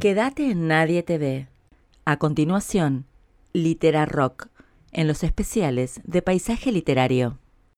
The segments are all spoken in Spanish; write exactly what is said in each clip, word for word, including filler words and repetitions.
Quédate en Nadie te ve. A continuación, Litera Rock, en los especiales de Paisaje Literario.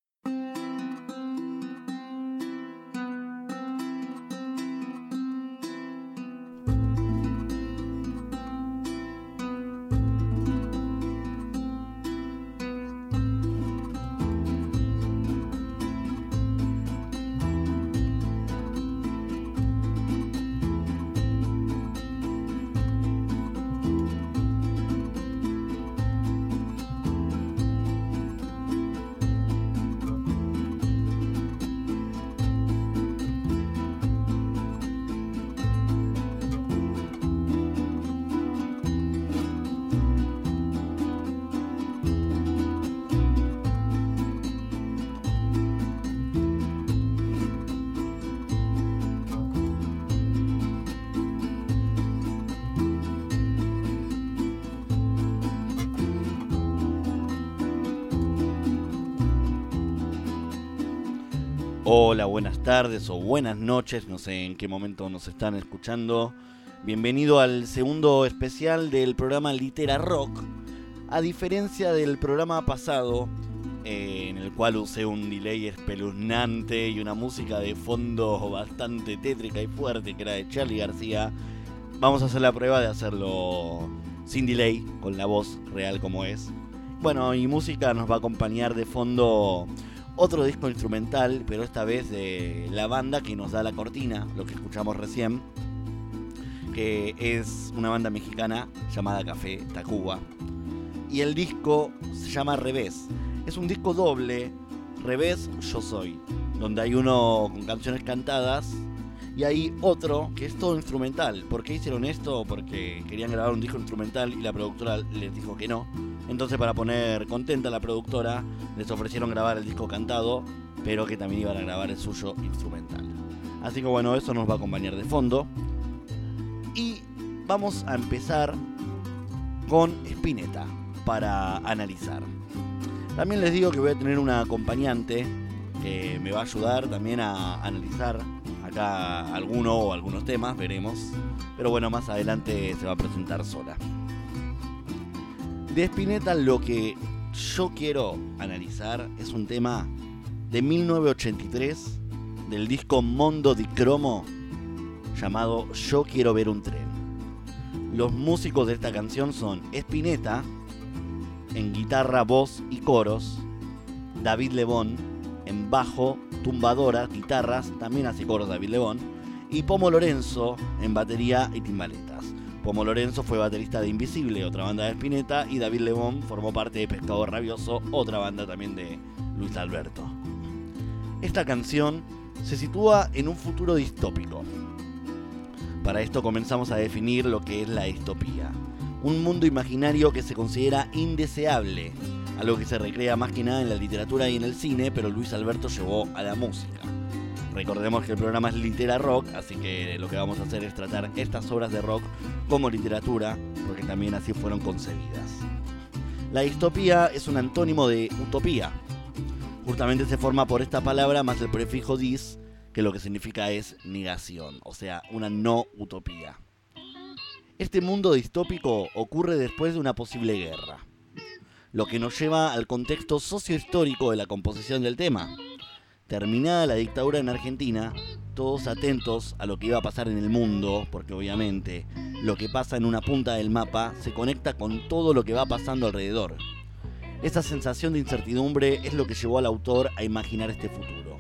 Hola, buenas tardes o buenas noches, no sé en qué momento nos están escuchando. Bienvenido al segundo especial del programa Litera Rock. A diferencia del programa pasado, eh, en el cual usé un delay espeluznante y una música de fondo bastante tétrica y fuerte, que era de Charly García, vamos a hacer la prueba de hacerlo sin delay, con la voz real como es. Bueno, y música nos va a acompañar de fondo otro disco instrumental, pero esta vez de la banda que nos da la cortina, lo que escuchamos recién, que es una banda mexicana llamada Café Tacuba. Y el disco se llama Revés. Es un disco doble, Revés Yo Soy, donde hay uno con canciones cantadas y hay otro que es todo instrumental. ¿Por qué hicieron esto? Porque querían grabar un disco instrumental y la productora les dijo que no. Entonces, para poner contenta a la productora, les ofrecieron grabar el disco cantado, pero que también iban a grabar el suyo instrumental. Así que bueno, eso nos va a acompañar de fondo. Y vamos a empezar con Spinetta para analizar. También les digo que voy a tener una acompañante que me va a ayudar también a analizar acá alguno o algunos temas, veremos. Pero bueno, más adelante se va a presentar sola. De Spinetta lo que yo quiero analizar es un tema de mil novecientos ochenta y tres del disco Mondo di Cromo llamado Yo quiero ver un tren. Los músicos de esta canción son Spinetta en guitarra, voz y coros, David Lebón en bajo, tumbadora, guitarras, también hace coros David Lebón, y Pomo Lorenzo en batería y timbaletas. Pomo Lorenzo fue baterista de Invisible, otra banda de Spinetta, y David Lebón formó parte de Pescado Rabioso, otra banda también de Luis Alberto. Esta canción se sitúa en un futuro distópico. Para esto comenzamos a definir lo que es la distopía. Un mundo imaginario que se considera indeseable, algo que se recrea más que nada en la literatura y en el cine, pero Luis Alberto llevó a la música. Recordemos que el programa es Litera Rock, así que lo que vamos a hacer es tratar estas obras de rock como literatura, porque también así fueron concebidas. La distopía es un antónimo de utopía. Justamente se forma por esta palabra más el prefijo dis, que lo que significa es negación, o sea, una no utopía. Este mundo distópico ocurre después de una posible guerra, lo que nos lleva al contexto sociohistórico de la composición del tema. Terminada la dictadura en Argentina, todos atentos a lo que iba a pasar en el mundo, porque obviamente lo que pasa en una punta del mapa se conecta con todo lo que va pasando alrededor. Esa sensación de incertidumbre es lo que llevó al autor a imaginar este futuro.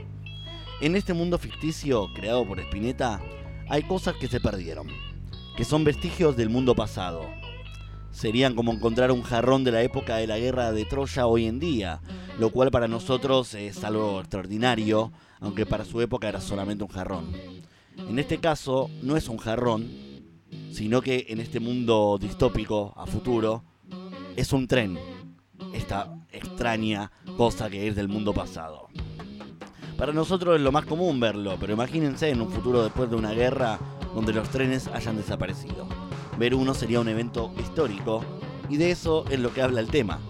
En este mundo ficticio creado por Spinetta, hay cosas que se perdieron, que son vestigios del mundo pasado. Serían como encontrar un jarrón de la época de la guerra de Troya hoy en día, lo cual para nosotros es algo extraordinario, aunque para su época era solamente un jarrón. En este caso, no es un jarrón, sino que en este mundo distópico, a futuro, es un tren, esta extraña cosa que es del mundo pasado. Para nosotros es lo más común verlo, pero imagínense en un futuro después de una guerra donde los trenes hayan desaparecido. Ver uno sería un evento histórico, y de eso es lo que habla el tema.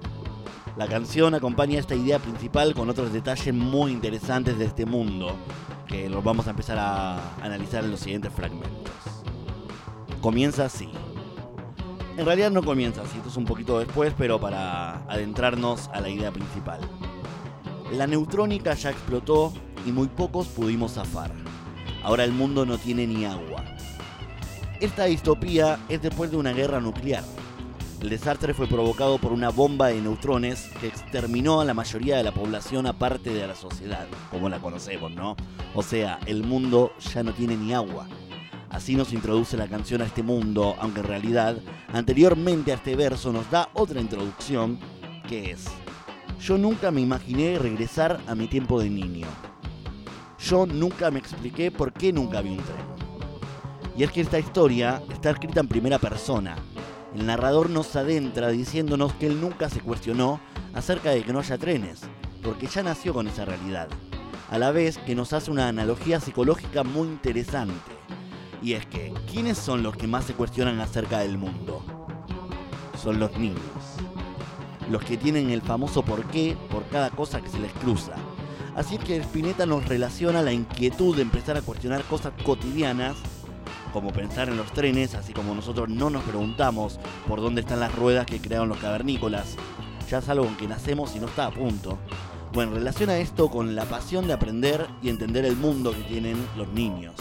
La canción acompaña esta idea principal con otros detalles muy interesantes de este mundo, que los vamos a empezar a analizar en los siguientes fragmentos. comienza así. En realidad no comienza así, esto es un poquito después, pero para adentrarnos a la idea principal. La neutrónica ya explotó y muy pocos pudimos zafar. Ahora el mundo no tiene ni agua. Esta distopía es después de una guerra nuclear. El desastre fue provocado por una bomba de neutrones que exterminó a la mayoría de la población aparte de la sociedad, como la conocemos, ¿no? O sea, el mundo ya no tiene ni agua. Así nos introduce la canción a este mundo, aunque en realidad, anteriormente a este verso nos da otra introducción, que es: yo nunca me imaginé regresar a mi tiempo de niño. Yo nunca me expliqué por qué nunca vi un tren. Y es que esta historia está escrita en primera persona. El narrador nos adentra diciéndonos que él nunca se cuestionó acerca de que no haya trenes, porque ya nació con esa realidad. A la vez que nos hace una analogía psicológica muy interesante. Y es que, ¿quiénes son los que más se cuestionan acerca del mundo? Son los niños. Los que tienen el famoso porqué por cada cosa que se les cruza. Así es que Spinetta nos relaciona la inquietud de empezar a cuestionar cosas cotidianas, como pensar en los trenes, así como nosotros no nos preguntamos por dónde están las ruedas que crearon los cavernícolas. Ya es algo con que nacemos y no está a punto. Bueno, relaciona esto con la pasión de aprender y entender el mundo que tienen los niños.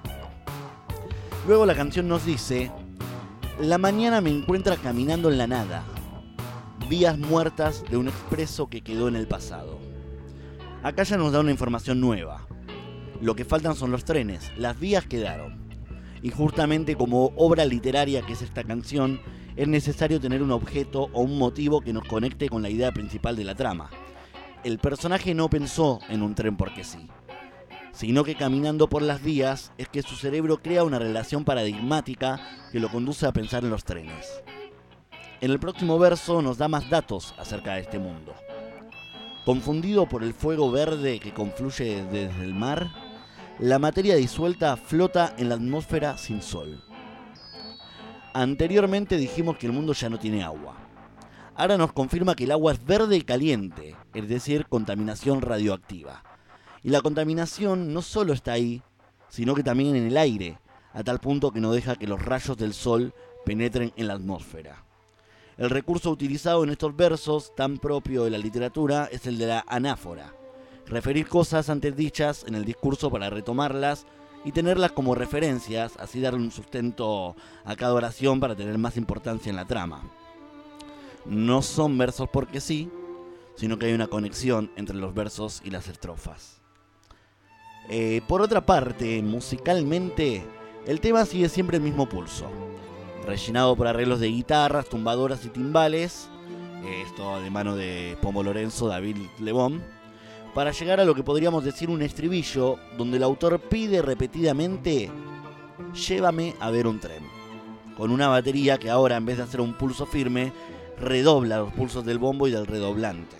Luego la canción nos dice: la mañana me encuentra caminando en la nada, vías muertas de un expreso que quedó en el pasado. Acá ya nos da una información nueva. Lo que faltan son los trenes, las vías quedaron. Y justamente como obra literaria que es esta canción, es necesario tener un objeto o un motivo que nos conecte con la idea principal de la trama. El personaje no pensó en un tren porque sí, sino que caminando por las vías es que su cerebro crea una relación paradigmática que lo conduce a pensar en los trenes. En el próximo verso nos da más datos acerca de este mundo. Confundido por el fuego verde que confluye desde el mar, la materia disuelta flota en la atmósfera sin sol. Anteriormente dijimos que el mundo ya no tiene agua. Ahora nos confirma que el agua es verde y caliente, es decir, contaminación radioactiva. Y la contaminación no solo está ahí, sino que también en el aire, a tal punto que no deja que los rayos del sol penetren en la atmósfera. El recurso utilizado en estos versos, tan propio de la literatura, es el de la anáfora. Referir cosas antes dichas en el discurso para retomarlas y tenerlas como referencias, así darle un sustento a cada oración para tener más importancia en la trama. No son versos porque sí, sino que hay una conexión entre los versos y las estrofas. Eh, por otra parte, musicalmente, el tema sigue siempre el mismo pulso, rellenado por arreglos de guitarras, tumbadoras y timbales, eh, esto de mano de Pomo Lorenzo, David Lebón, para llegar a lo que podríamos decir un estribillo donde el autor pide repetidamente: llévame a ver un tren, con una batería que ahora, en vez de hacer un pulso firme, redobla los pulsos del bombo y del redoblante.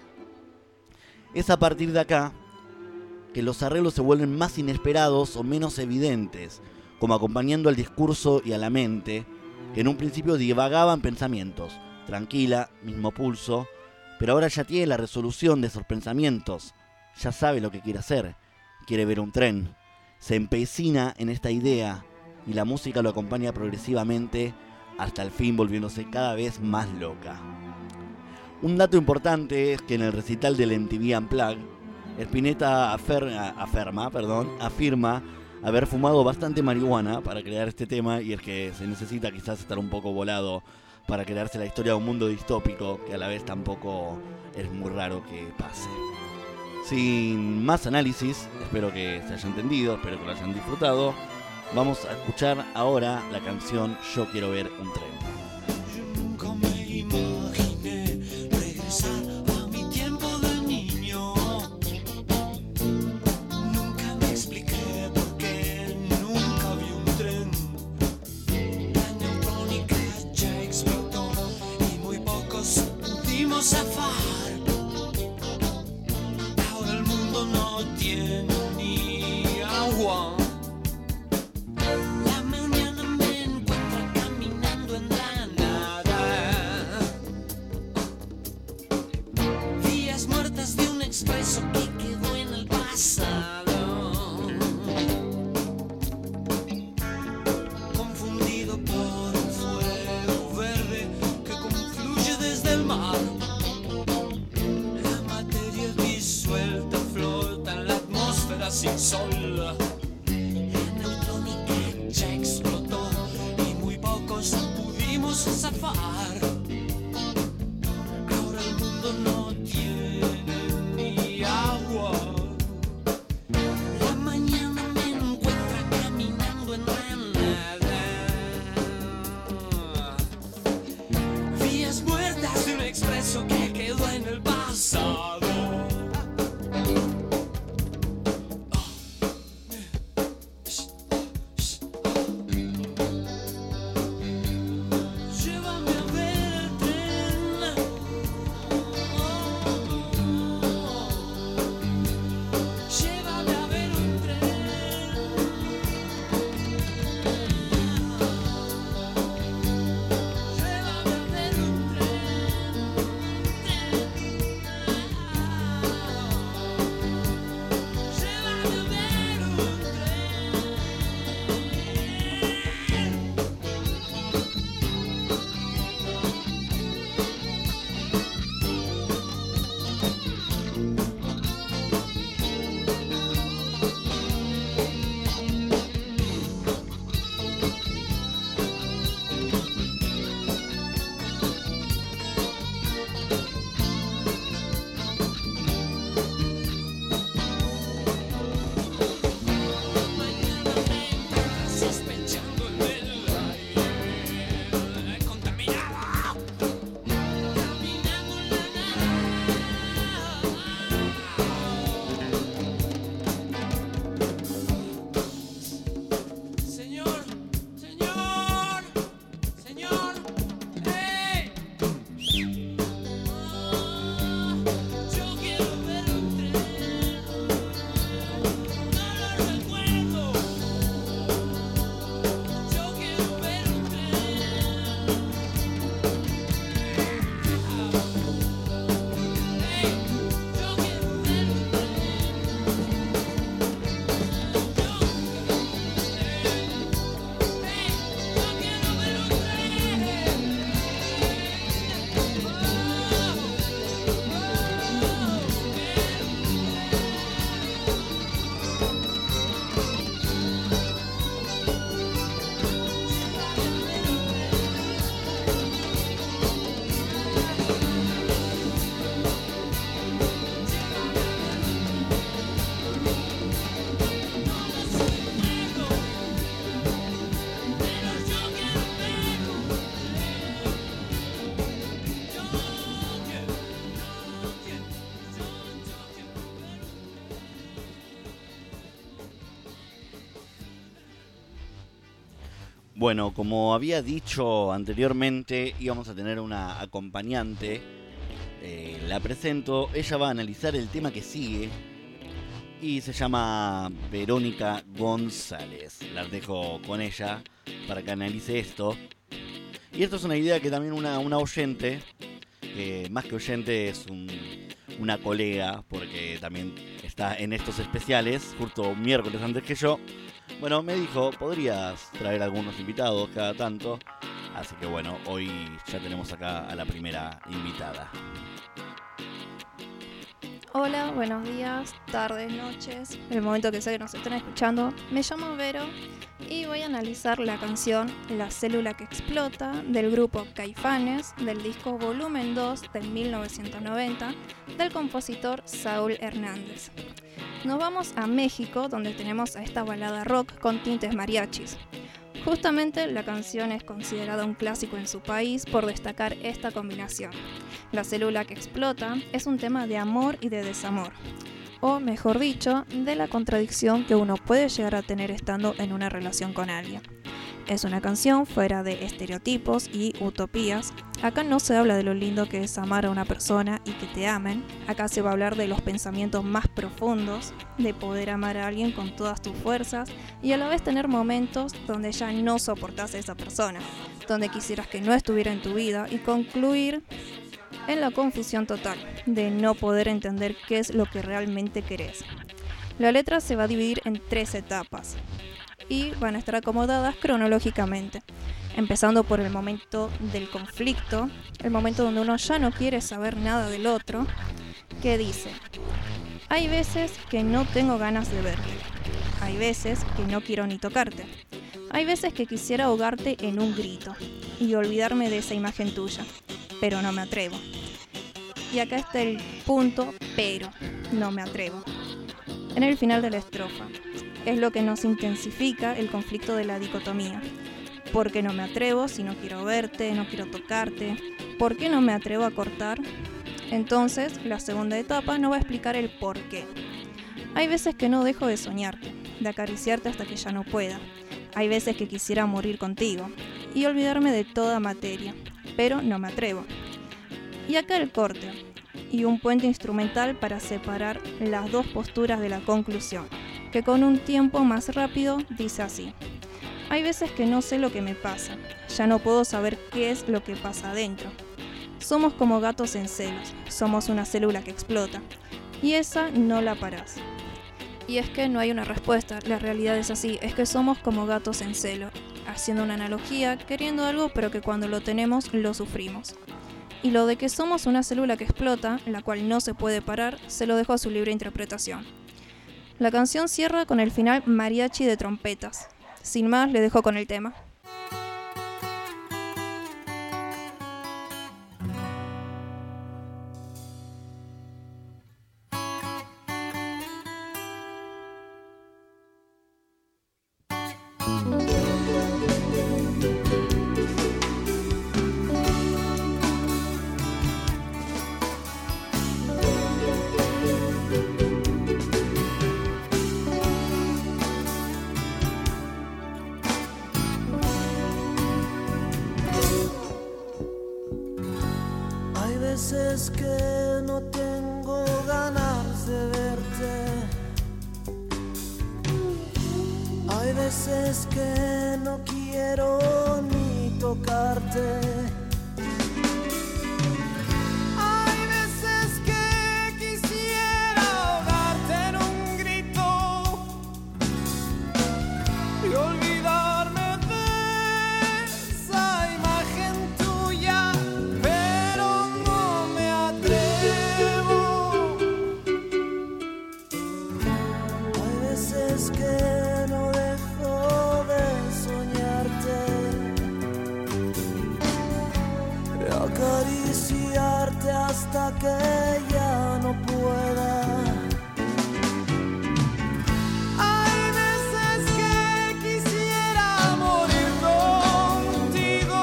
Es a partir de acá que los arreglos se vuelven más inesperados o menos evidentes, como acompañando al discurso y a la mente, que en un principio divagaban pensamientos, tranquila, mismo pulso, pero ahora ya tiene la resolución de esos pensamientos. Ya sabe lo que quiere hacer, quiere ver un tren, se empecina en esta idea y la música lo acompaña progresivamente hasta el fin volviéndose cada vez más loca. Un dato importante es que en el recital del M T V Unplugged, Spinetta aferma, aferma, perdón, afirma haber fumado bastante marihuana para crear este tema, y es que se necesita quizás estar un poco volado para crearse la historia de un mundo distópico que a la vez tampoco es muy raro que pase. Sin más análisis, espero que se haya entendido, espero que lo hayan disfrutado. Vamos a escuchar ahora la canción Yo quiero ver un tren. Yo nunca me imaginé regresar a mi tiempo de niño. Nunca me expliqué por qué nunca vi un tren. La neutrónica ya explotó y muy pocos pudimos zafar. No tiene ni agua. La mañana me encuentra caminando en la Bueno, como había dicho anteriormente, íbamos a tener una acompañante. Eh, la presento. Ella va a analizar el tema que sigue y se llama Verónica González. La dejo con ella para que analice esto. Y esto es una idea que también una, una oyente, eh, más que oyente es un, una colega, porque también está en estos especiales, justo un miércoles antes que yo. Bueno, me dijo, podrías traer algunos invitados cada tanto. Así que bueno, hoy ya tenemos acá a la primera invitada. Hola, buenos días, tardes, noches, el momento que sea que nos estén escuchando. Me llamo Vero y voy a analizar la canción La célula que explota del grupo Caifanes del disco Volumen dos del mil novecientos noventa del compositor Saúl Hernández. Nos vamos a México, donde tenemos a esta balada rock con tintes mariachis. Justamente la canción es considerada un clásico en su país por destacar esta combinación. La célula que explota es un tema de amor y de desamor, o mejor dicho, de la contradicción que uno puede llegar a tener estando en una relación con alguien. Es una canción fuera de estereotipos y utopías. Acá no se habla de lo lindo que es amar a una persona y que te amen. Acá se va a hablar de los pensamientos más profundos, de poder amar a alguien con todas tus fuerzas y a la vez tener momentos donde ya no soportás a esa persona, donde quisieras que no estuviera en tu vida y concluir en la confusión total de no poder entender qué es lo que realmente querés. La letra se va a dividir en tres etapas y van a estar acomodadas cronológicamente, empezando por el momento del conflicto, el momento donde uno ya no quiere saber nada del otro, que dice: hay veces que no tengo ganas de verte, hay veces que no quiero ni tocarte, hay veces que quisiera ahogarte en un grito y olvidarme de esa imagen tuya, pero no me atrevo. Y acá está el punto, pero no me atrevo. En el final de la estrofa es lo que nos intensifica el conflicto de la dicotomía. ¿Por qué no me atrevo si no quiero verte, no quiero tocarte? ¿Por qué no me atrevo a cortar? Entonces, la segunda etapa nos va a explicar el por qué. Hay veces que no dejo de soñarte, de acariciarte hasta que ya no pueda. Hay veces que quisiera morir contigo y olvidarme de toda materia, pero no me atrevo. Y acá el corte y un puente instrumental para separar las dos posturas de la conclusión, que con un tiempo más rápido dice así: hay veces que no sé lo que me pasa, ya no puedo saber qué es lo que pasa adentro. Somos como gatos en celos, somos una célula que explota, y esa no la parás. Y es que no hay una respuesta, la realidad es así, es que somos como gatos en celo, haciendo una analogía, queriendo algo pero que cuando lo tenemos lo sufrimos. Y lo de que somos una célula que explota, la cual no se puede parar, se lo dejo a su libre interpretación. La canción cierra con el final mariachi de trompetas. Sin más, le dejo con el tema. veces que no tengo ganas de verte. Hay veces que no quiero ni tocarte. Hay veces que quisiera ahogarte en un grito y olvidarme de esa imagen tuya, pero no me atrevo. Hay veces que no dejo de soñarte, de acariciarte hasta que ya no pueda. Hay veces que quisiera morir contigo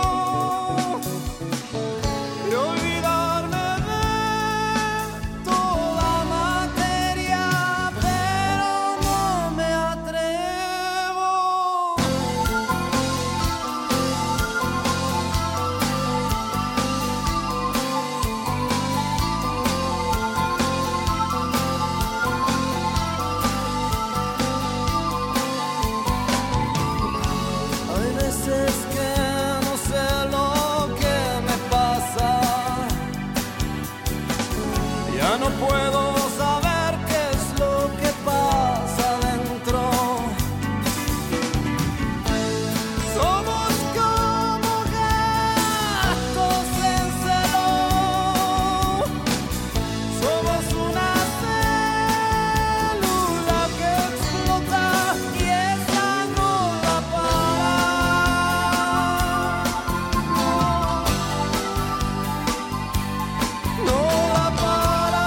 y olvidarme de toda materia, pero no me atrevo. puedo saber qué es lo que pasa dentro. Somos como gatos en celo. Somos una célula que explota y esa no la para. No, no la para.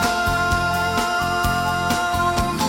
No,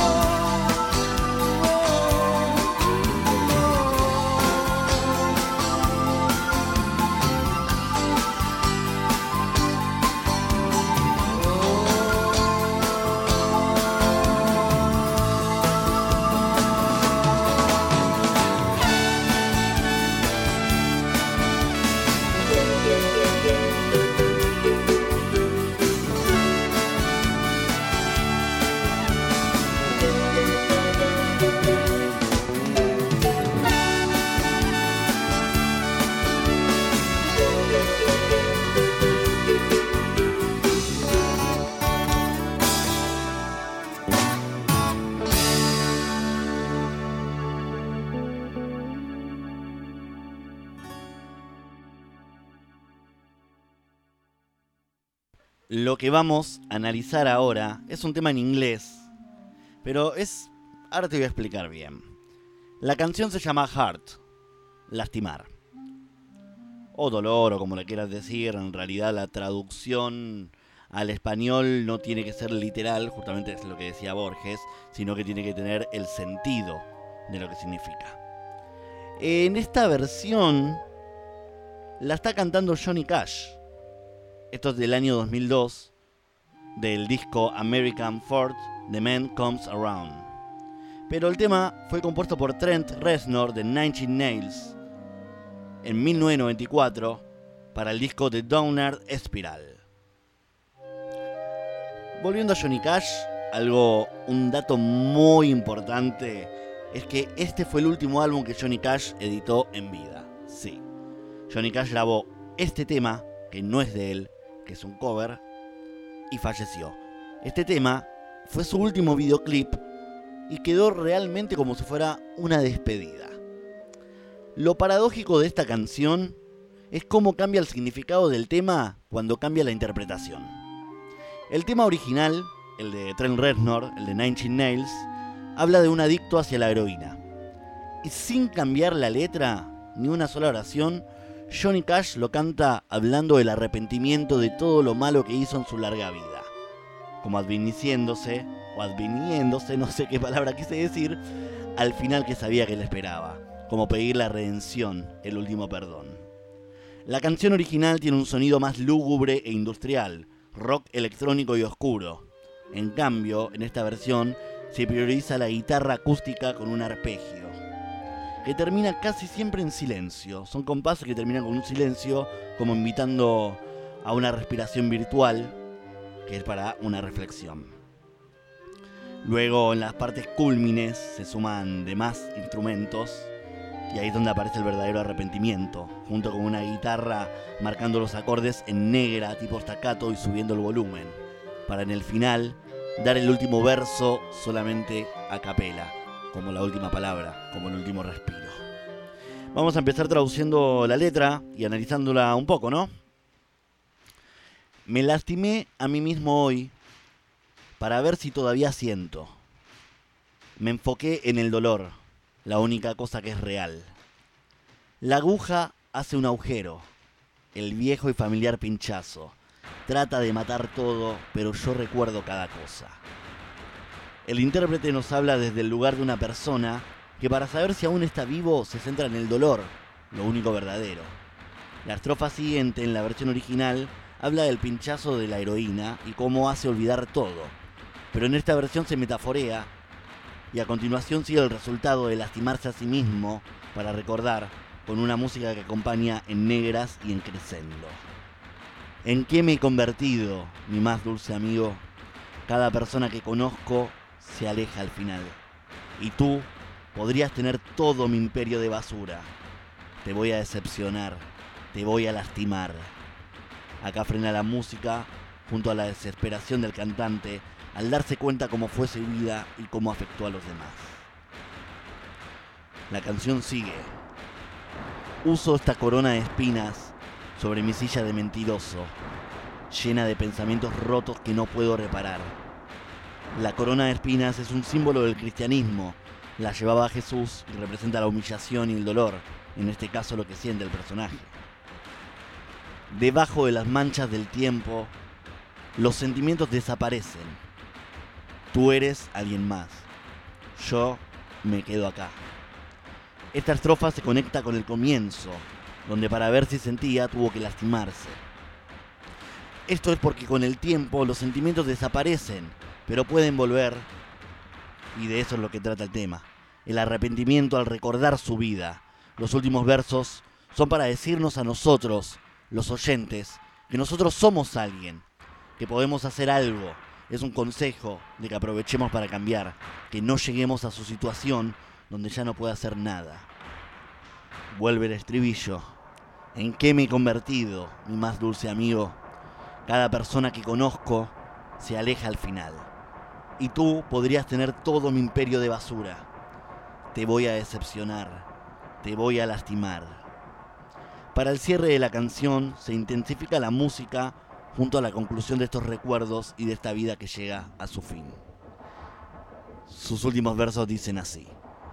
Lo que vamos a analizar ahora es un tema en inglés, pero es... ahora te voy a explicar bien. La canción se llama Heart, lastimar. O dolor, o como le quieras decir. En realidad la traducción al español no tiene que ser literal, justamente es lo que decía Borges, sino que tiene que tener el sentido de lo que significa. En esta versión la está cantando Johnny Cash. Esto es del año dos mil dos, del disco American Fourth, The Man Comes Around. Pero el tema fue compuesto por Trent Reznor de Nine Inch Nails en mil novecientos noventa y cuatro para el disco The Downward Spiral. Volviendo a Johnny Cash, algo, un dato muy importante es que este fue el último álbum que Johnny Cash editó en vida. Sí, Johnny Cash grabó este tema, que no es de él, que es un cover, y falleció. Este tema fue su último videoclip y quedó realmente como si fuera una despedida. Lo paradójico de esta canción es cómo cambia el significado del tema cuando cambia la interpretación. El tema original, el de Trent Reznor, el de Nine Inch Nails, habla de un adicto hacia la heroína. Y sin cambiar la letra, ni una sola oración, Johnny Cash lo canta hablando del arrepentimiento de todo lo malo que hizo en su larga vida. Como advirtiéndose, o adviniéndose, no sé qué palabra quise decir, al final que sabía que le esperaba. Como pedir la redención, el último perdón. La canción original tiene un sonido más lúgubre e industrial, rock electrónico y oscuro. En cambio, en esta versión, se prioriza la guitarra acústica con un arpegio, que termina casi siempre en silencio. Son compases que terminan con un silencio, como invitando a una respiración virtual, que es para una reflexión. Luego, en las partes cúlmines, se suman demás instrumentos, y ahí es donde aparece el verdadero arrepentimiento, junto con una guitarra marcando los acordes en negra, tipo staccato, y subiendo el volumen, para en el final dar el último verso solamente a capela, como la última palabra, como el último respiro. Vamos a empezar traduciendo la letra y analizándola un poco, ¿no? Me lastimé a mí mismo hoy para ver si todavía siento. Me enfoqué en el dolor, la única cosa que es real. La aguja hace un agujero, el viejo y familiar pinchazo. Trata de matar todo, pero yo recuerdo cada cosa. El intérprete nos habla desde el lugar de una persona que para saber si aún está vivo se centra en el dolor, lo único verdadero. La estrofa siguiente, en la versión original, habla del pinchazo de la heroína y cómo hace olvidar todo. Pero en esta versión se metaforea y a continuación sigue el resultado de lastimarse a sí mismo para recordar, con una música que acompaña en negras y en crescendo. ¿En qué me he convertido, mi más dulce amigo? Cada persona que conozco se aleja al final. Y tú podrías tener todo mi imperio de basura. Te voy a decepcionar, te voy a lastimar. Acá frena la música junto a la desesperación del cantante al darse cuenta cómo fue su vida y cómo afectó a los demás. La canción sigue. Uso esta corona de espinas sobre mi silla de mentiroso, llena de pensamientos rotos que no puedo reparar. La corona de espinas es un símbolo del cristianismo. La llevaba a Jesús y representa la humillación y el dolor, en este caso lo que siente el personaje. Debajo de las manchas del tiempo, los sentimientos desaparecen. Tú eres alguien más. Yo me quedo acá. Esta estrofa se conecta con el comienzo, donde para ver si sentía tuvo que lastimarse. Esto es porque con el tiempo los sentimientos desaparecen, pero pueden volver, y de eso es lo que trata el tema. El arrepentimiento al recordar su vida. Los últimos versos son para decirnos a nosotros, los oyentes, que nosotros somos alguien, que podemos hacer algo. Es un consejo de que aprovechemos para cambiar, que no lleguemos a su situación donde ya no puede hacer nada. Vuelve el estribillo. ¿En qué me he convertido, mi más dulce amigo? Cada persona que conozco se aleja al final. Y tú podrías tener todo mi imperio de basura. Te voy a decepcionar, te voy a lastimar. Para el cierre de la canción se intensifica la música junto a la conclusión de estos recuerdos y de esta vida que llega a su fin. Sus últimos versos dicen así: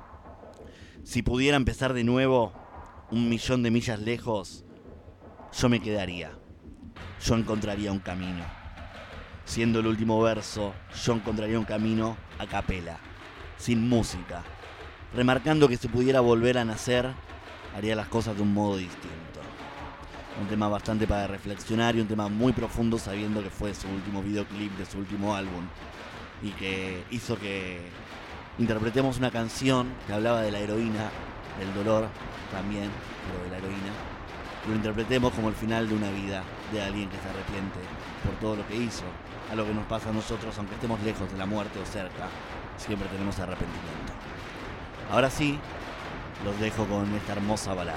si pudiera empezar de nuevo, un millón de millas lejos, yo me quedaría. Yo encontraría un camino. Siendo el último verso, yo encontraría un camino a capela, sin música, remarcando que si pudiera volver a nacer, haría las cosas de un modo distinto. Un tema bastante para reflexionar y un tema muy profundo, sabiendo que fue su último videoclip de su último álbum y que hizo que interpretemos una canción que hablaba de la heroína, del dolor también, pero de la heroína, y lo interpretemos como el final de una vida de alguien que se arrepiente por todo lo que hizo. A lo que nos pasa a nosotros, aunque estemos lejos de la muerte o cerca, siempre tenemos arrepentimiento. Ahora sí, los dejo con esta hermosa balada.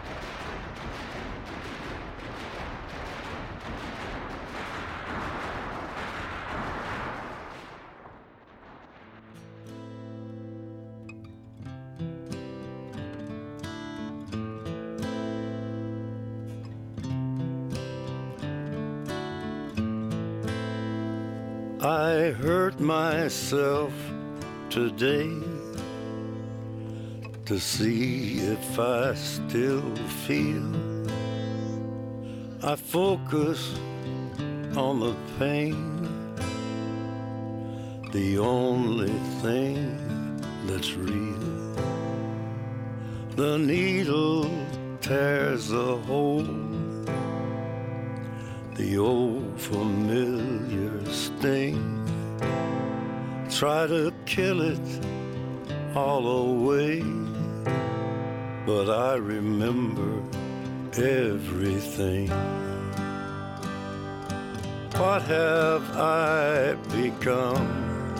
I hurt myself today to see if I still feel. I focus on the pain, the only thing that's real. The needle tears a hole, the old familiar sting. Try to kill it all away, but I remember everything. What have I become?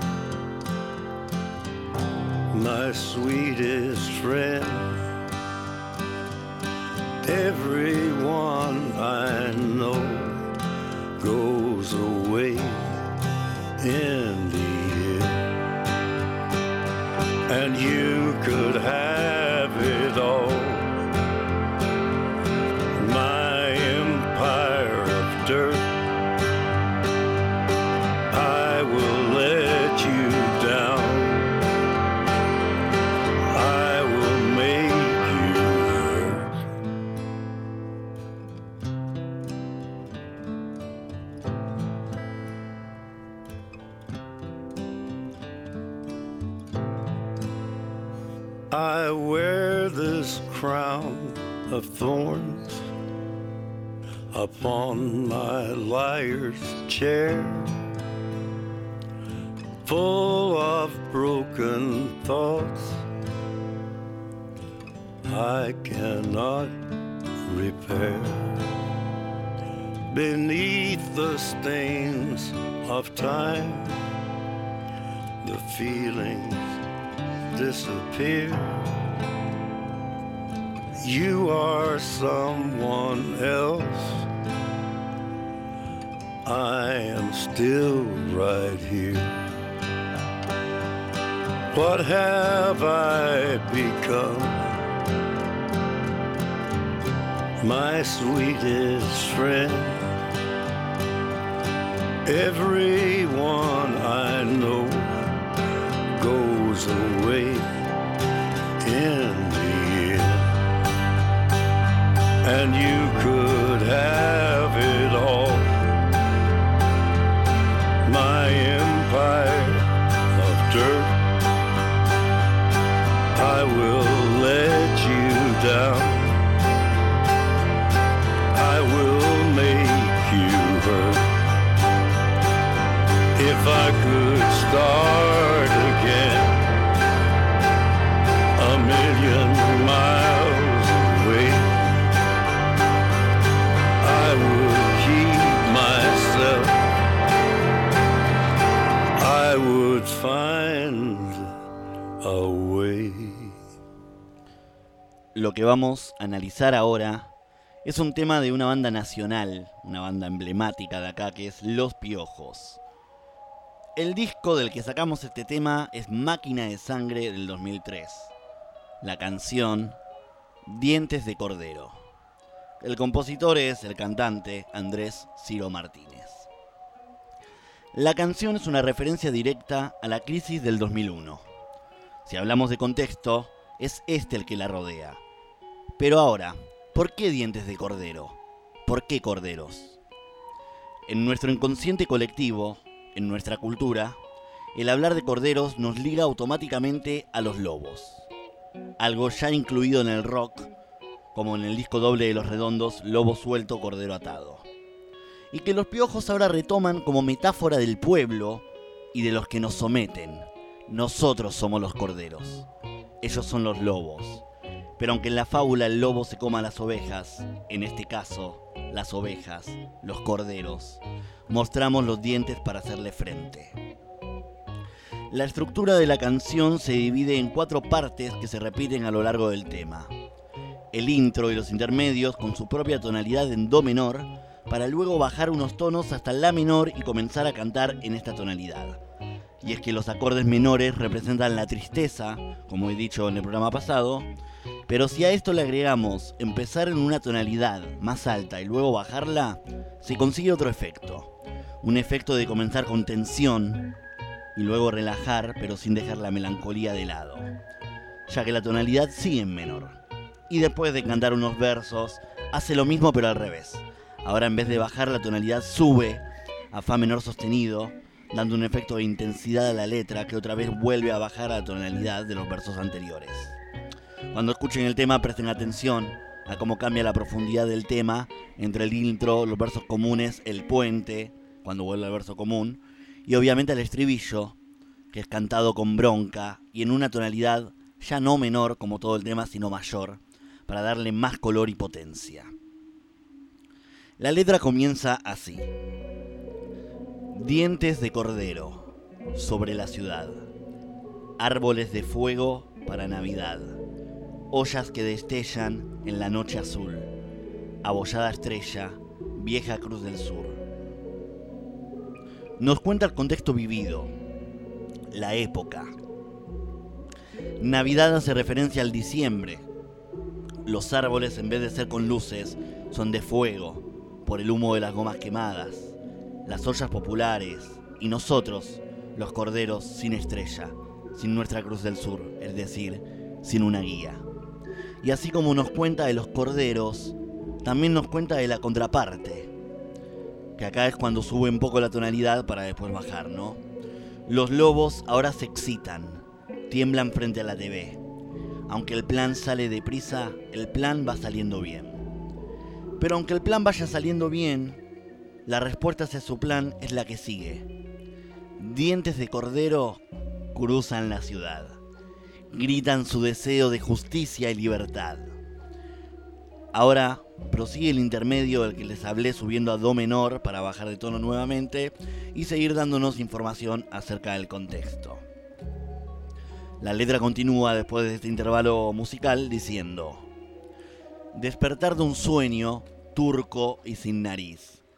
My sweetest friend. Everyone I know goes away in the end, and you could have it all. My empire of dirt, I will let you down. I will make you hurt. I wear this crown of thorns upon my liar's chair, full of broken thoughts I cannot repair. Beneath the stains of time, the feelings disappear. You are someone else. I am still right here. What have I become? My sweetest friend. Everyone I know goes away in the end. And you could have it all. My empire of dirt, I will let you down. I will make you hurt. If I could start again, a million miles away, I would keep myself. I would find a way. Lo que vamos a analizar ahora es un tema de una banda nacional, una banda emblemática de acá, que es Los Piojos. El disco del que sacamos este tema es Máquina de Sangre del dos mil tres. La canción, Dientes de Cordero. El compositor es el cantante Andrés Ciro Martínez. La canción es una referencia directa a la crisis del dos mil uno. Si hablamos de contexto, es este el que la rodea. Pero ahora, ¿por qué dientes de cordero? ¿Por qué corderos? En nuestro inconsciente colectivo, en nuestra cultura, el hablar de corderos nos liga automáticamente a los lobos. Algo ya incluido en el rock, como en el disco doble de Los Redondos, Lobo Suelto, Cordero Atado. Y que los piojos ahora retoman como metáfora del pueblo y de los que nos someten. Nosotros somos los corderos, ellos son los lobos. Pero aunque en la fábula el lobo se coma las ovejas, en este caso, las ovejas, los corderos, mostramos los dientes para hacerle frente. La estructura de la canción se divide en cuatro partes que se repiten a lo largo del tema. El intro y los intermedios con su propia tonalidad en do menor, para luego bajar unos tonos hasta la menor y comenzar a cantar en esta tonalidad. Y es que los acordes menores representan la tristeza, como he dicho en el programa pasado, pero si a esto le agregamos empezar en una tonalidad más alta y luego bajarla, se consigue otro efecto. Un efecto de comenzar con tensión y luego relajar, pero sin dejar la melancolía de lado, ya que la tonalidad sigue en menor. Y después de cantar unos versos, hace lo mismo pero al revés. Ahora en vez de bajar, la tonalidad sube a fa menor sostenido, dando un efecto de intensidad a la letra que otra vez vuelve a bajar a la tonalidad de los versos anteriores. Cuando escuchen el tema, presten atención a cómo cambia la profundidad del tema entre el intro, los versos comunes, el puente, cuando vuelve al verso común, y obviamente el estribillo, que es cantado con bronca y en una tonalidad ya no menor como todo el tema, sino mayor, para darle más color y potencia. La letra comienza así: dientes de cordero sobre la ciudad, árboles de fuego para Navidad, ollas que destellan en la noche azul, abollada estrella, vieja cruz del sur. Nos cuenta el contexto vivido, la época. Navidad hace referencia al diciembre. Los árboles, en vez de ser con luces, son de fuego, por el humo de las gomas quemadas, las ollas populares, y nosotros, los corderos, sin estrella, sin nuestra cruz del sur, es decir, sin una guía. Y así como nos cuenta de los corderos, también nos cuenta de la contraparte, que acá es cuando sube un poco la tonalidad para después bajar, ¿no? Los lobos ahora se excitan, tiemblan frente a la T V. Aunque el plan sale deprisa, el plan va saliendo bien. Pero aunque el plan vaya saliendo bien, la respuesta hacia su plan es la que sigue. Dientes de cordero cruzan la ciudad. Gritan su deseo de justicia y libertad. Ahora prosigue el intermedio del que les hablé, subiendo a do menor para bajar de tono nuevamente y seguir dándonos información acerca del contexto. La letra continúa después de este intervalo musical diciendo: despertar de un sueño turco y sin nariz,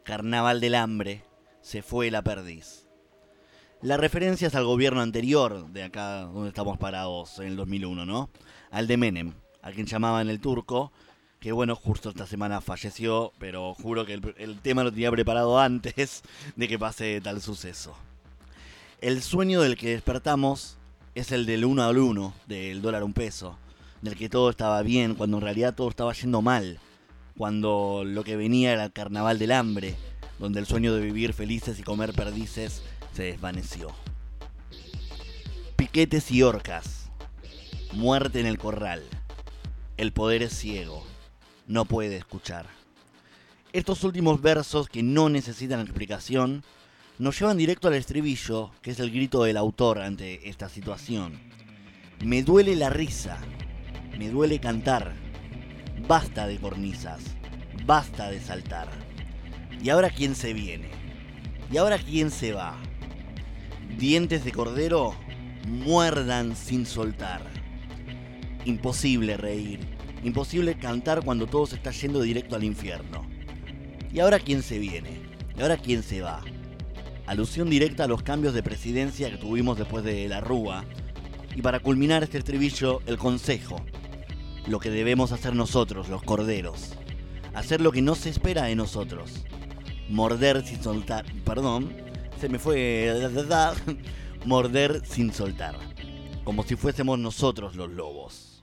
Carnaval del hambre, se fue la perdiz. La referencia es al gobierno anterior, de acá donde estamos parados, en el dos mil uno, ¿no? Al de Menem, a quien llamaban el turco, que bueno, justo esta semana falleció, pero juro que el, el tema lo tenía preparado antes de que pase tal suceso. El sueño del que despertamos es el del uno al uno, del dólar a un peso, del que todo estaba bien cuando en realidad todo estaba yendo mal, cuando lo que venía era el carnaval del hambre, donde el sueño de vivir felices y comer perdices se desvaneció. Piquetes y horcas, muerte en el corral, el poder es ciego, no puede escuchar. Estos últimos versos, que no necesitan explicación, nos llevan directo al estribillo, que es el grito del autor ante esta situación. Me duele la risa, me duele cantar, basta de cornisas, basta de saltar. ¿Y ahora quién se viene? ¿Y ahora quién se va? Dientes de cordero, muerdan sin soltar. Imposible reír, imposible cantar cuando todo se está yendo directo al infierno. ¿Y ahora quién se viene? ¿Y ahora quién se va? Alusión directa a los cambios de presidencia que tuvimos después de la Rúa. Y para culminar este estribillo, el consejo. Lo que debemos hacer nosotros, los corderos. Hacer lo que no se espera de nosotros. Morder sin soltar. Perdón, se me fue. Morder sin soltar. Como si fuésemos nosotros los lobos.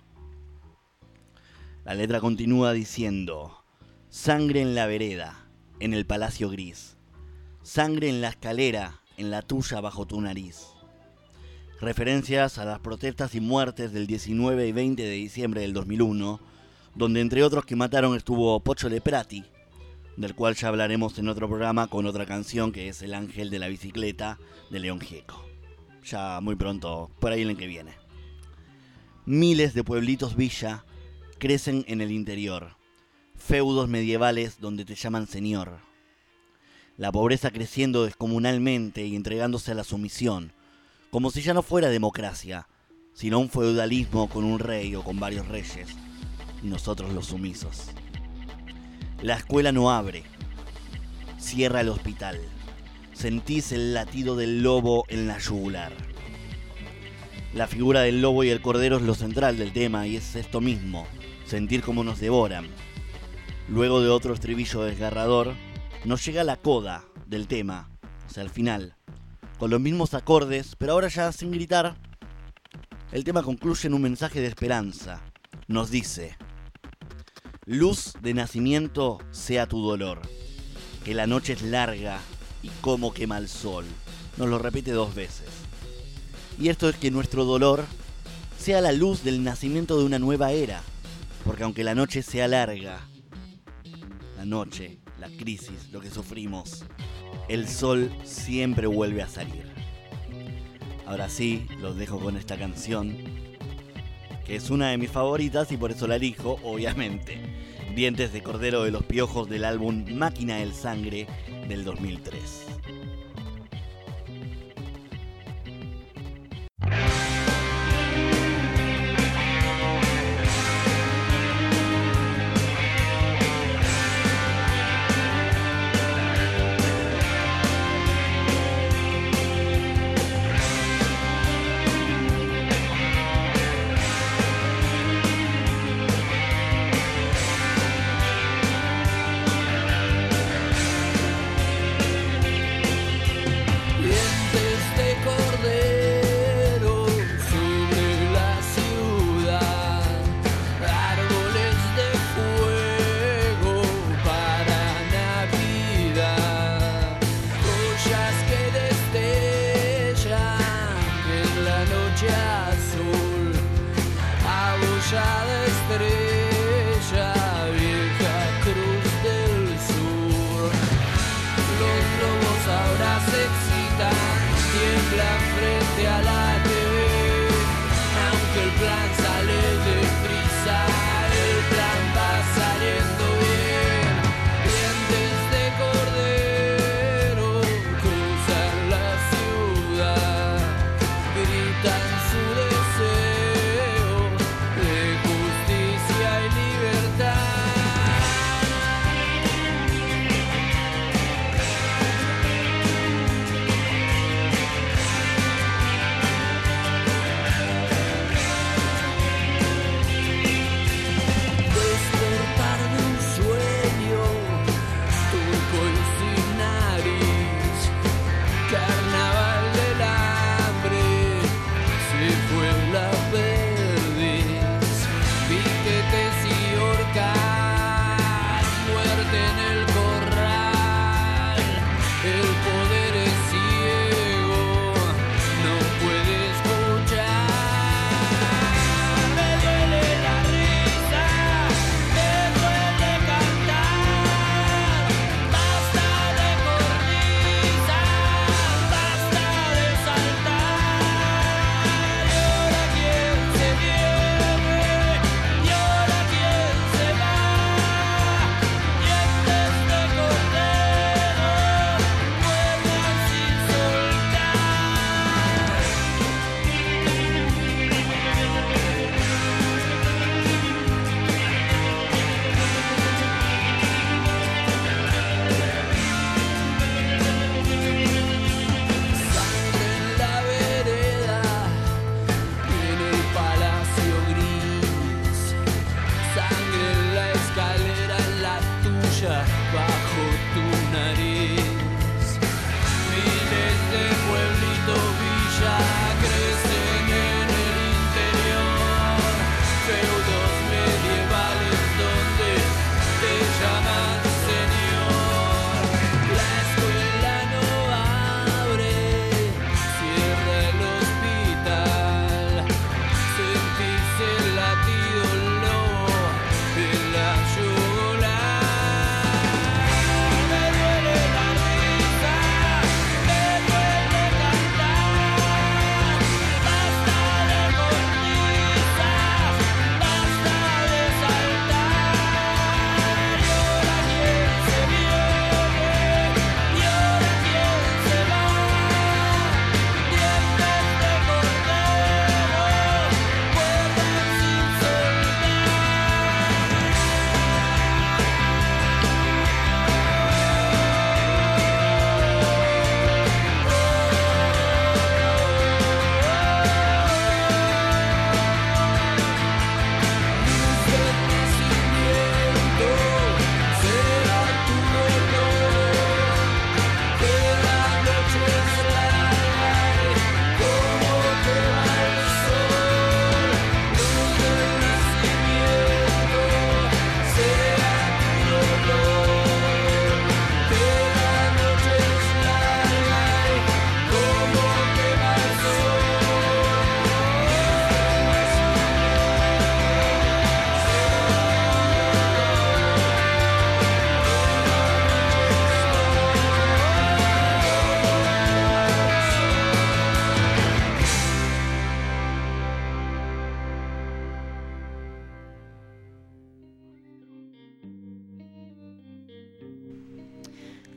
La letra continúa diciendo: sangre en la vereda, en el palacio gris. Sangre en la escalera, en la tuya bajo tu nariz. Referencias a las protestas y muertes del diecinueve y veinte de diciembre del dos mil uno, donde entre otros que mataron estuvo Pocho Leprati, del cual ya hablaremos en otro programa con otra canción que es El ángel de la bicicleta de León Gieco. Ya muy pronto, por ahí el año que viene. Miles de pueblitos villa crecen en el interior, feudos medievales donde te llaman señor. La pobreza creciendo descomunalmente y entregándose a la sumisión, como si ya no fuera democracia, sino un feudalismo con un rey o con varios reyes, y nosotros los sumisos. La escuela no abre, cierra el hospital, sentís el latido del lobo en la yugular. La figura del lobo y el cordero es lo central del tema y es esto mismo, sentir cómo nos devoran. Luego de otro estribillo desgarrador, nos llega la coda del tema, o sea, al final, con los mismos acordes, pero ahora ya sin gritar. El tema concluye en un mensaje de esperanza. Nos dice: luz de nacimiento sea tu dolor, que la noche es larga y cómo quema el sol. Nos lo repite dos veces. Y esto es que nuestro dolor sea la luz del nacimiento de una nueva era, porque aunque la noche sea larga, la noche, la crisis, lo que sufrimos, el sol siempre vuelve a salir. Ahora sí, los dejo con esta canción, que es una de mis favoritas y por eso la elijo, obviamente. Dientes de cordero de Los Piojos, del álbum Máquina del Sangre del dos mil tres.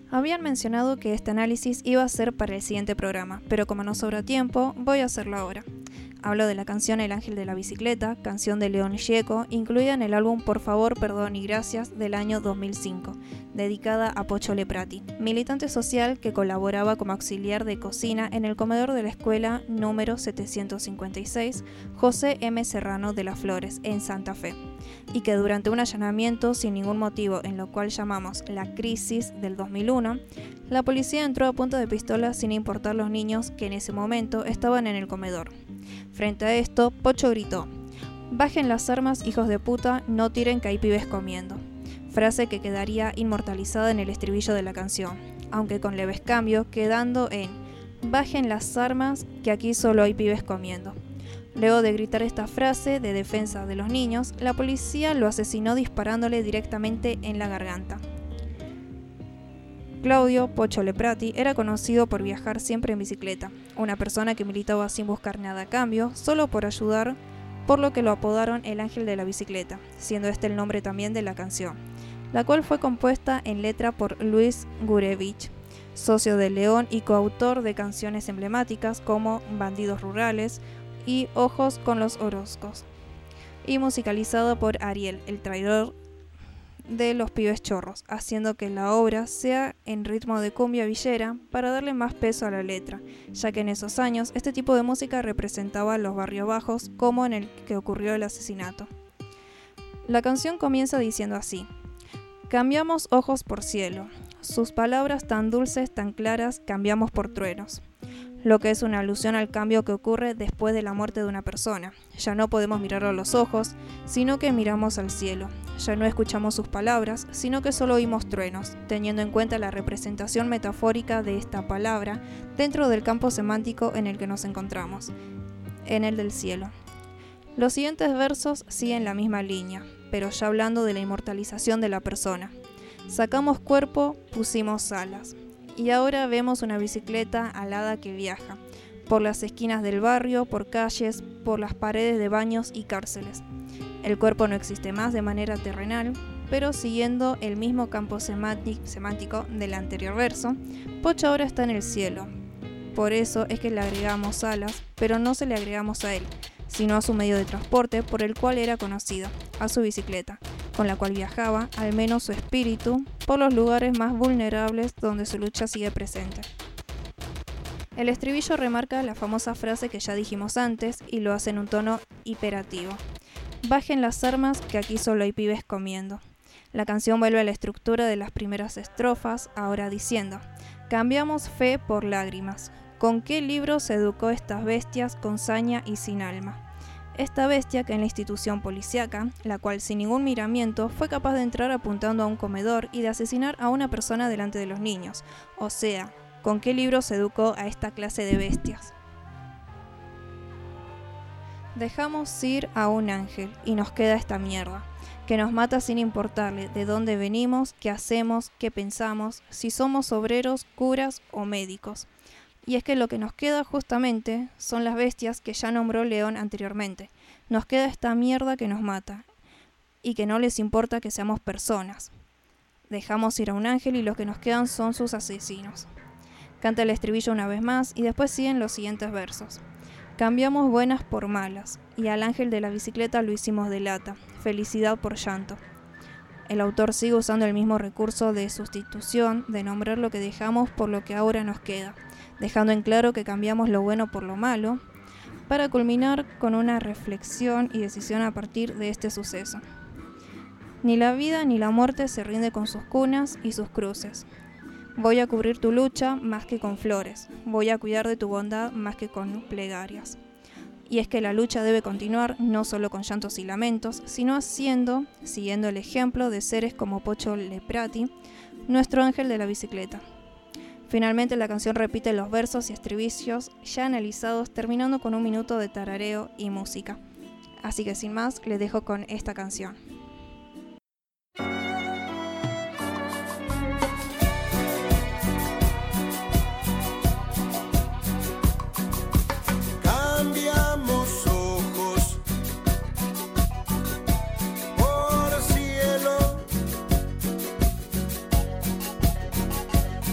Habían mencionado que este análisis iba a ser para el siguiente programa, pero como no sobra tiempo, voy a hacerlo ahora. Hablo de la canción El Ángel de la Bicicleta, canción de León Gieco, incluida en el álbum Por Favor, Perdón y Gracias del año dos mil cinco, dedicada a Pocho Leprati, militante social que colaboraba como auxiliar de cocina en el comedor de la escuela número setecientos cincuenta y seis José M. Serrano de las Flores, en Santa Fe, y que durante un allanamiento sin ningún motivo, en lo cual llamamos la crisis del dos mil uno, la policía entró a punta de pistola sin importar los niños que en ese momento estaban en el comedor. Frente a esto, Pocho gritó: "Bajen las armas, hijos de puta, no tiren que hay pibes comiendo", frase que quedaría inmortalizada en el estribillo de la canción, aunque con leves cambios, quedando en "Bajen las armas, que aquí solo hay pibes comiendo". Luego de gritar esta frase de defensa de los niños, la policía lo asesinó disparándole directamente en la garganta. Claudio Pocho Leprati era conocido por viajar siempre en bicicleta, una persona que militaba sin buscar nada a cambio, solo por ayudar, por lo que lo apodaron el Ángel de la Bicicleta, siendo este el nombre también de la canción, la cual fue compuesta en letra por Luis Gurevich, socio de León y coautor de canciones emblemáticas como Bandidos Rurales y Ojos con los Orozcos, y musicalizada por Ariel, el traidor de los pibes chorros, haciendo que la obra sea en ritmo de cumbia villera para darle más peso a la letra, ya que en esos años este tipo de música representaba los barrios bajos, como en el que ocurrió el asesinato. La canción comienza diciendo así: "Cambiamos ojos por cielo, sus palabras tan dulces, tan claras, cambiamos por truenos", lo que es una alusión al cambio que ocurre después de la muerte de una persona. Ya no podemos mirarlo a los ojos, sino que miramos al cielo. Ya no escuchamos sus palabras, sino que solo oímos truenos, teniendo en cuenta la representación metafórica de esta palabra dentro del campo semántico en el que nos encontramos, en el del cielo. Los siguientes versos siguen la misma línea, pero ya hablando de la inmortalización de la persona. Sacamos cuerpo, pusimos alas. Y ahora vemos una bicicleta alada que viaja por las esquinas del barrio, por calles, por las paredes de baños y cárceles. El cuerpo no existe más de manera terrenal, pero siguiendo el mismo campo semántico del anterior verso, Pocho ahora está en el cielo. Por eso es que le agregamos alas, pero no se le agregamos a él, sino a su medio de transporte por el cual era conocido, a su bicicleta, con la cual viajaba, al menos su espíritu, por los lugares más vulnerables donde su lucha sigue presente. El estribillo remarca la famosa frase que ya dijimos antes y lo hace en un tono hiperativo: "Bajen las armas, que aquí solo hay pibes comiendo". La canción vuelve a la estructura de las primeras estrofas, ahora diciendo: "Cambiamos fe por lágrimas. ¿Con qué libro se educó estas bestias con saña y sin alma?". Esta bestia que en la institución policíaca, la cual sin ningún miramiento fue capaz de entrar apuntando a un comedor y de asesinar a una persona delante de los niños. O sea, ¿con qué libro se educó a esta clase de bestias? Dejamos ir a un ángel y nos queda esta mierda, que nos mata sin importarle de dónde venimos, qué hacemos, qué pensamos, si somos obreros, curas o médicos. Y es que lo que nos queda justamente son las bestias que ya nombró León anteriormente. Nos queda esta mierda que nos mata y que no les importa que seamos personas. Dejamos ir a un ángel y los que nos quedan son sus asesinos. Canta el estribillo una vez más y después siguen los siguientes versos. Cambiamos buenas por malas y al ángel de la bicicleta lo hicimos de lata, felicidad por llanto. El autor sigue usando el mismo recurso de sustitución, de nombrar lo que dejamos por lo que ahora nos queda, dejando en claro que cambiamos lo bueno por lo malo, para culminar con una reflexión y decisión a partir de este suceso. Ni la vida ni la muerte se rinde con sus cunas y sus cruces. Voy a cubrir tu lucha más que con flores, voy a cuidar de tu bondad más que con plegarias. Y es que la lucha debe continuar no solo con llantos y lamentos, sino haciendo, siguiendo el ejemplo de seres como Pocho Leprati, nuestro ángel de la bicicleta. Finalmente la canción repite los versos y estribillos ya analizados, terminando con un minuto de tarareo y música. Así que sin más, les dejo con esta canción. Cambiamos ojos por cielo,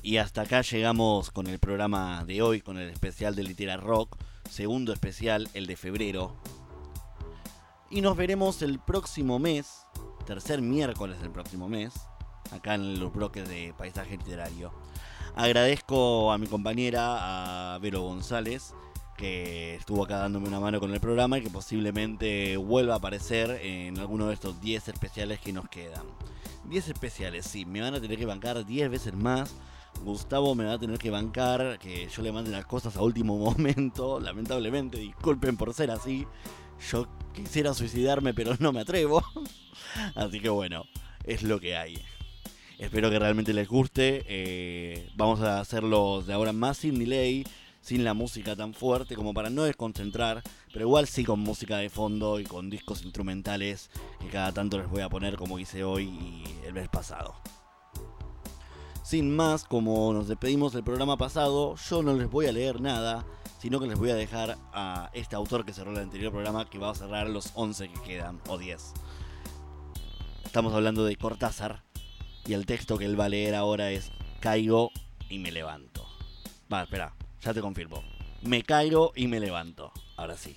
Y hasta acá llegamos con el programa de hoy, con el especial de Litera Rock, segundo especial, el de febrero. Y nos veremos el próximo mes, tercer miércoles del próximo mes, acá en los bloques de Paisaje Literario. Agradezco a mi compañera, a Vero González, que estuvo acá dándome una mano con el programa y que posiblemente vuelva a aparecer en alguno de estos diez especiales que nos quedan. diez especiales, sí, me van a tener que bancar diez veces más. Gustavo me va a tener que bancar que yo le mande las cosas a último momento. Lamentablemente, disculpen por ser así. Yo quisiera suicidarme, pero no me atrevo. Así que bueno, es lo que hay. Espero que realmente les guste. Eh, vamos a hacerlo de ahora en más sin delay, sin la música tan fuerte como para no desconcentrar, pero igual sí con música de fondo y con discos instrumentales que cada tanto les voy a poner, como hice hoy y el mes pasado. Sin más, como nos despedimos del programa pasado, yo no les voy a leer nada, sino que les voy a dejar a este autor que cerró el anterior programa, que va a cerrar los once que quedan, o diez. Estamos hablando de Cortázar, y el texto que él va a leer ahora es Caigo y me levanto. Va, espera, ya te confirmo. Me caigo y me levanto. Ahora sí.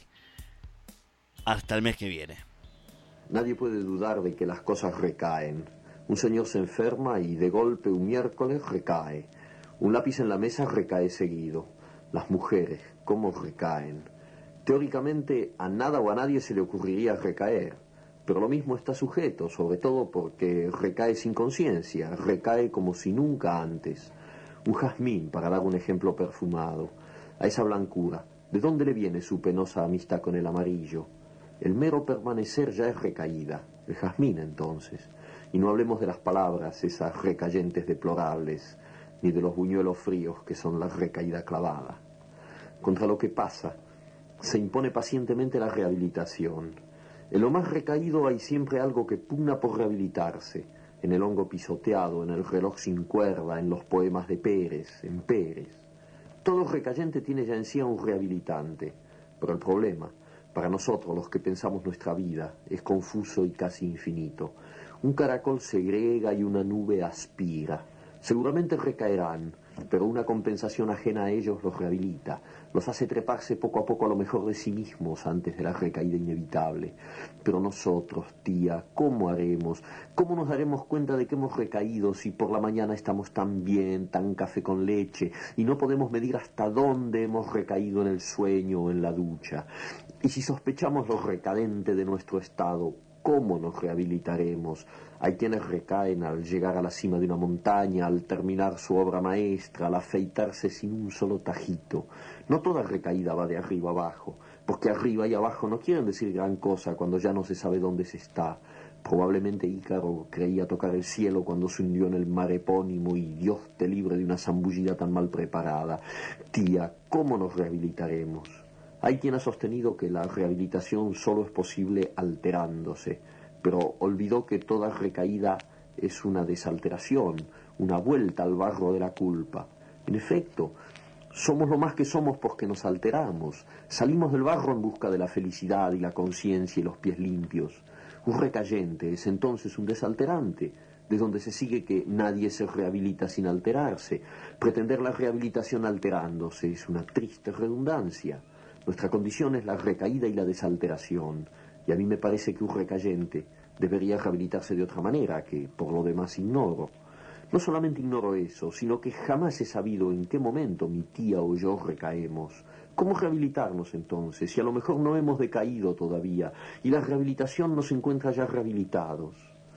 Hasta el mes que viene. Nadie puede dudar de que las cosas recaen. Un señor se enferma y de golpe un miércoles recae. Un lápiz en la mesa recae seguido. Las mujeres, ¿cómo recaen? Teóricamente a nada o a nadie se le ocurriría recaer, pero lo mismo está sujeto, sobre todo porque recae sin conciencia, recae como si nunca antes. Un jazmín, para dar un ejemplo perfumado. A esa blancura, ¿de dónde le viene su penosa amistad con el amarillo? El mero permanecer ya es recaída, el jazmín entonces. Y no hablemos de las palabras, esas recayentes deplorables, ni de los buñuelos fríos que son la recaída clavada. Contra lo que pasa, se impone pacientemente la rehabilitación. En lo más recaído hay siempre algo que pugna por rehabilitarse, en el hongo pisoteado, en el reloj sin cuerda, en los poemas de Pérez, en Pérez. Todo recayente tiene ya en sí a un rehabilitante, pero el problema, para nosotros los que pensamos nuestra vida, es confuso y casi infinito. Un caracol segrega y una nube aspira. Seguramente recaerán, pero una compensación ajena a ellos los rehabilita, los hace treparse poco a poco a lo mejor de sí mismos antes de la recaída inevitable. Pero nosotros, tía, ¿cómo haremos? ¿Cómo nos daremos cuenta de que hemos recaído si por la mañana estamos tan bien, tan café con leche, y no podemos medir hasta dónde hemos recaído en el sueño o en la ducha? Y si sospechamos lo recadente de nuestro estado, ¿cómo nos rehabilitaremos? Hay quienes recaen al llegar a la cima de una montaña, al terminar su obra maestra, al afeitarse sin un solo tajito. No toda recaída va de arriba abajo, porque arriba y abajo no quieren decir gran cosa cuando ya no se sabe dónde se está. Probablemente Ícaro creía tocar el cielo cuando se hundió en el mar epónimo y Dios te libre de una zambullida tan mal preparada. Tía, ¿cómo nos rehabilitaremos? Hay quien ha sostenido que la rehabilitación solo es posible alterándose, pero olvidó que toda recaída es una desalteración, una vuelta al barro de la culpa. En efecto, somos lo más que somos porque nos alteramos, salimos del barro en busca de la felicidad y la conciencia y los pies limpios. Un recayente es entonces un desalterante, de donde se sigue que nadie se rehabilita sin alterarse. Pretender la rehabilitación alterándose es una triste redundancia. Nuestra condición es la recaída y la desalteración, y a mí me parece que un recayente debería rehabilitarse de otra manera, que por lo demás ignoro. No solamente ignoro eso, sino que jamás he sabido en qué momento mi tía o yo recaemos. ¿Cómo rehabilitarnos entonces, si a lo mejor no hemos decaído todavía, y la rehabilitación nos encuentra ya rehabilitados?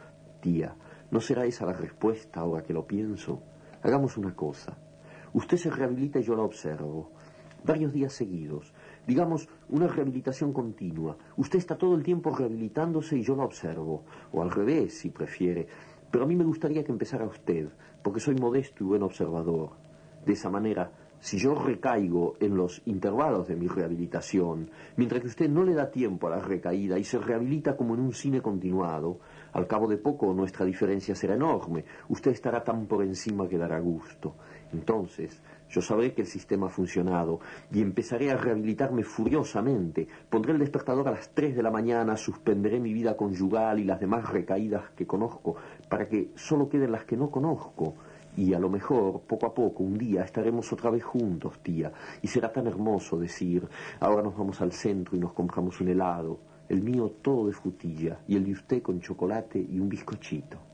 Tía, ¿no será esa la respuesta ahora que lo pienso? Hagamos una cosa. Usted se rehabilita y yo la observo. Varios días seguidos. Digamos, una rehabilitación continua. Usted está todo el tiempo rehabilitándose y yo la observo. O al revés, si prefiere. Pero a mí me gustaría que empezara usted, porque soy modesto y buen observador. De esa manera, si yo recaigo en los intervalos de mi rehabilitación, mientras que usted no le da tiempo a la recaída y se rehabilita como en un cine continuado, al cabo de poco nuestra diferencia será enorme. Usted estará tan por encima que dará gusto. Entonces, yo sabré que el sistema ha funcionado y empezaré a rehabilitarme furiosamente. Pondré el despertador a las tres de la mañana, suspenderé mi vida conyugal y las demás recaídas que conozco, para que solo queden las que no conozco. Y a lo mejor, poco a poco, un día estaremos otra vez juntos, tía, y será tan hermoso decir, ahora nos vamos al centro y nos compramos un helado, el mío todo de frutilla, y el de usted con chocolate y un bizcochito.